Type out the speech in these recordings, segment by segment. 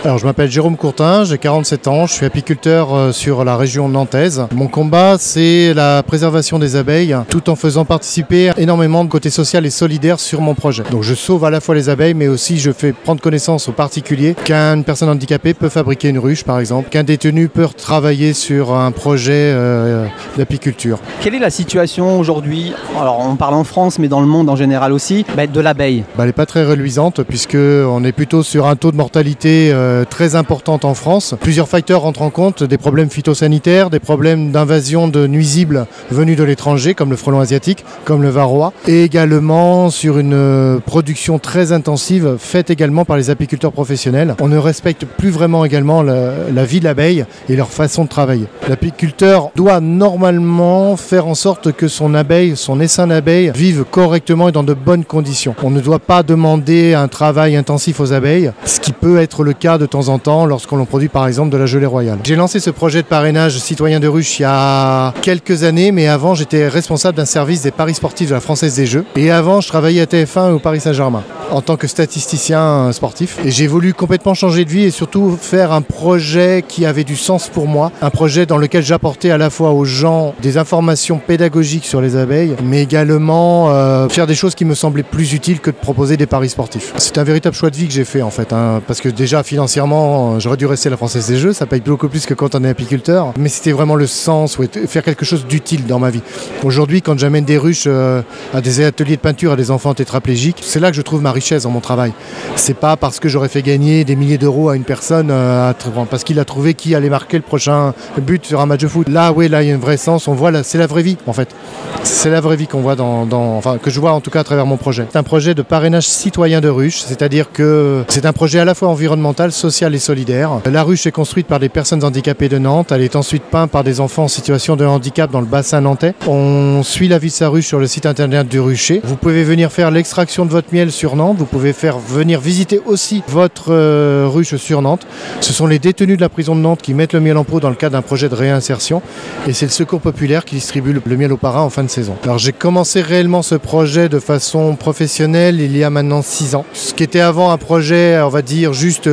Alors je m'appelle Jérôme Courtin, j'ai 47 ans, je suis apiculteur sur la région nantaise. Mon combat c'est la préservation des abeilles tout en faisant participer énormément de côté social et solidaire sur mon projet. Donc je sauve à la fois les abeilles mais aussi je fais prendre connaissance aux particuliers qu'une personne handicapée peut fabriquer une ruche par exemple, qu'un détenu peut travailler sur un projet d'apiculture. Quelle est la situation aujourd'hui, alors on parle en France mais dans le monde en général aussi, de l'abeille? Elle n'est pas très reluisante puisqu'on est plutôt sur un taux de mortalité très importante en France. Plusieurs facteurs rentrent en compte, des problèmes phytosanitaires, des problèmes d'invasion de nuisibles venus de l'étranger comme le frelon asiatique, comme le varroa, et également sur une production très intensive faite également par les apiculteurs professionnels. On ne respecte plus vraiment également la vie de l'abeille et leur façon de travailler. L'apiculteur doit normalement faire en sorte que son abeille, son essaim d'abeilles vive correctement et dans de bonnes conditions. On ne doit pas demander un travail intensif aux abeilles, ce qui peut être le cas de temps en temps lorsqu'on produit par exemple de la gelée royale. J'ai lancé ce projet de parrainage citoyen de ruche il y a quelques années, mais avant j'étais responsable d'un service des paris sportifs de la Française des Jeux. Et avant je travaillais à TF1 au Paris Saint-Germain en tant que statisticien sportif. Et j'ai voulu complètement changer de vie et surtout faire un projet qui avait du sens pour moi. Un projet dans lequel j'apportais à la fois aux gens des informations pédagogiques sur les abeilles, mais également faire des choses qui me semblaient plus utiles que de proposer des paris sportifs. C'est un véritable choix de vie que j'ai fait en fait, parce que déjà financièrement j'aurais dû rester à la Française des Jeux, ça paye beaucoup plus que quand on est apiculteur, mais c'était vraiment le sens, faire quelque chose d'utile dans ma vie. Aujourd'hui quand j'amène des ruches à des ateliers de peinture à des enfants tétraplégiques, c'est là que je trouve ma richesse dans mon travail. C'est pas parce que j'aurais fait gagner des milliers d'euros à une personne parce qu'il a trouvé qui allait marquer le prochain but sur un match de foot. Là il y a un vrai sens, on voit c'est la vraie vie en fait. C'est la vraie vie qu'on voit que je vois en tout cas à travers mon projet. C'est un projet de parrainage citoyen de ruche, c'est-à-dire que c'est un projet à la fois environnemental, social et solidaire. La ruche est construite par des personnes handicapées de Nantes, elle est ensuite peinte par des enfants en situation de handicap dans le bassin nantais. On suit la vie de sa ruche sur le site internet du rucher. Vous pouvez venir faire l'extraction de votre miel sur Nantes, vous pouvez venir visiter aussi votre ruche sur Nantes. Ce sont les détenus de la prison de Nantes qui mettent le miel en pot dans le cadre d'un projet de réinsertion et c'est le Secours populaire qui distribue le miel aux parrains en fin de saison. Alors j'ai commencé réellement ce projet de façon professionnelle il y a maintenant 6 ans. Ce qui était avant un projet, on va dire, juste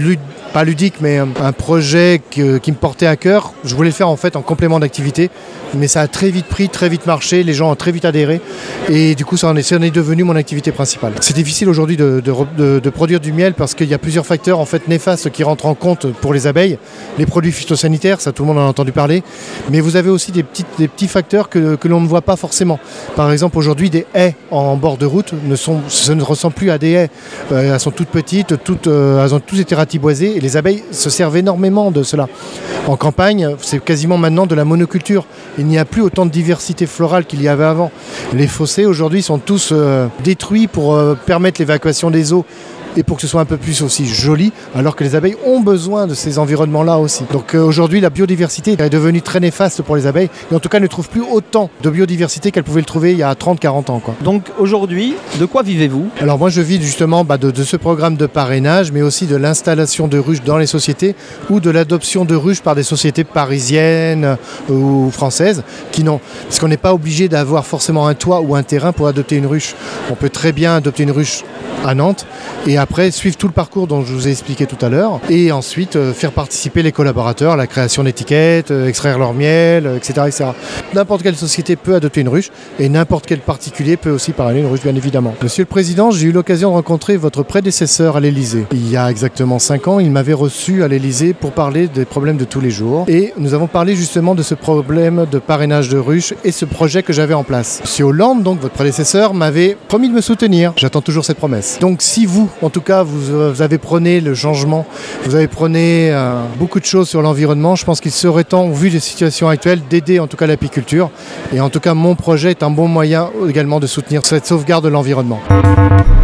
pas ludique, mais un projet qui me portait à cœur. Je voulais le faire en fait en complément d'activité, mais ça a très vite pris, très vite marché, les gens ont très vite adhéré et du coup ça en est devenu mon activité principale. C'est difficile aujourd'hui de produire du miel parce qu'il y a plusieurs facteurs en fait néfastes qui rentrent en compte pour les abeilles. Les produits phytosanitaires, ça tout le monde en a entendu parler, mais vous avez aussi des petits facteurs que l'on ne voit pas forcément. Par exemple aujourd'hui des haies en bord de route ce ne ressemble plus à des haies. Elles sont toutes petites, elles ont tous été ratiboisées. Les abeilles se servent énormément de cela. En campagne, c'est quasiment maintenant de la monoculture. Il n'y a plus autant de diversité florale qu'il y avait avant. Les fossés aujourd'hui sont tous détruits pour permettre l'évacuation des eaux et pour que ce soit un peu plus aussi joli, alors que les abeilles ont besoin de ces environnements-là aussi. Donc aujourd'hui, la biodiversité est devenue très néfaste pour les abeilles, et en tout cas ne trouve plus autant de biodiversité qu'elle pouvait le trouver il y a 30-40 ans. Donc aujourd'hui, de quoi vivez-vous? Alors moi je vis justement de ce programme de parrainage, mais aussi de l'installation de ruches dans les sociétés, ou de l'adoption de ruches par des sociétés parisiennes ou françaises, parce qu'on n'est pas obligé d'avoir forcément un toit ou un terrain pour adopter une ruche. On peut très bien adopter une ruche à Nantes et après suivre tout le parcours dont je vous ai expliqué tout à l'heure et ensuite faire participer les collaborateurs à la création d'étiquettes, extraire leur miel, etc. N'importe quelle société peut adopter une ruche et n'importe quel particulier peut aussi parrainer une ruche bien évidemment. Monsieur le Président, j'ai eu l'occasion de rencontrer votre prédécesseur à l'Élysée. Il y a exactement 5 ans, il m'avait reçu à l'Élysée pour parler des problèmes de tous les jours et nous avons parlé justement de ce problème de parrainage de ruches et ce projet que j'avais en place. Monsieur Hollande, donc votre prédécesseur, m'avait promis de me soutenir. J'attends toujours cette promesse. Donc si vous, en tout cas, vous avez prôné le changement, vous avez prôné beaucoup de choses sur l'environnement, je pense qu'il serait temps, au vu des situations actuelles, d'aider en tout cas l'apiculture. Et en tout cas, mon projet est un bon moyen également de soutenir cette sauvegarde de l'environnement.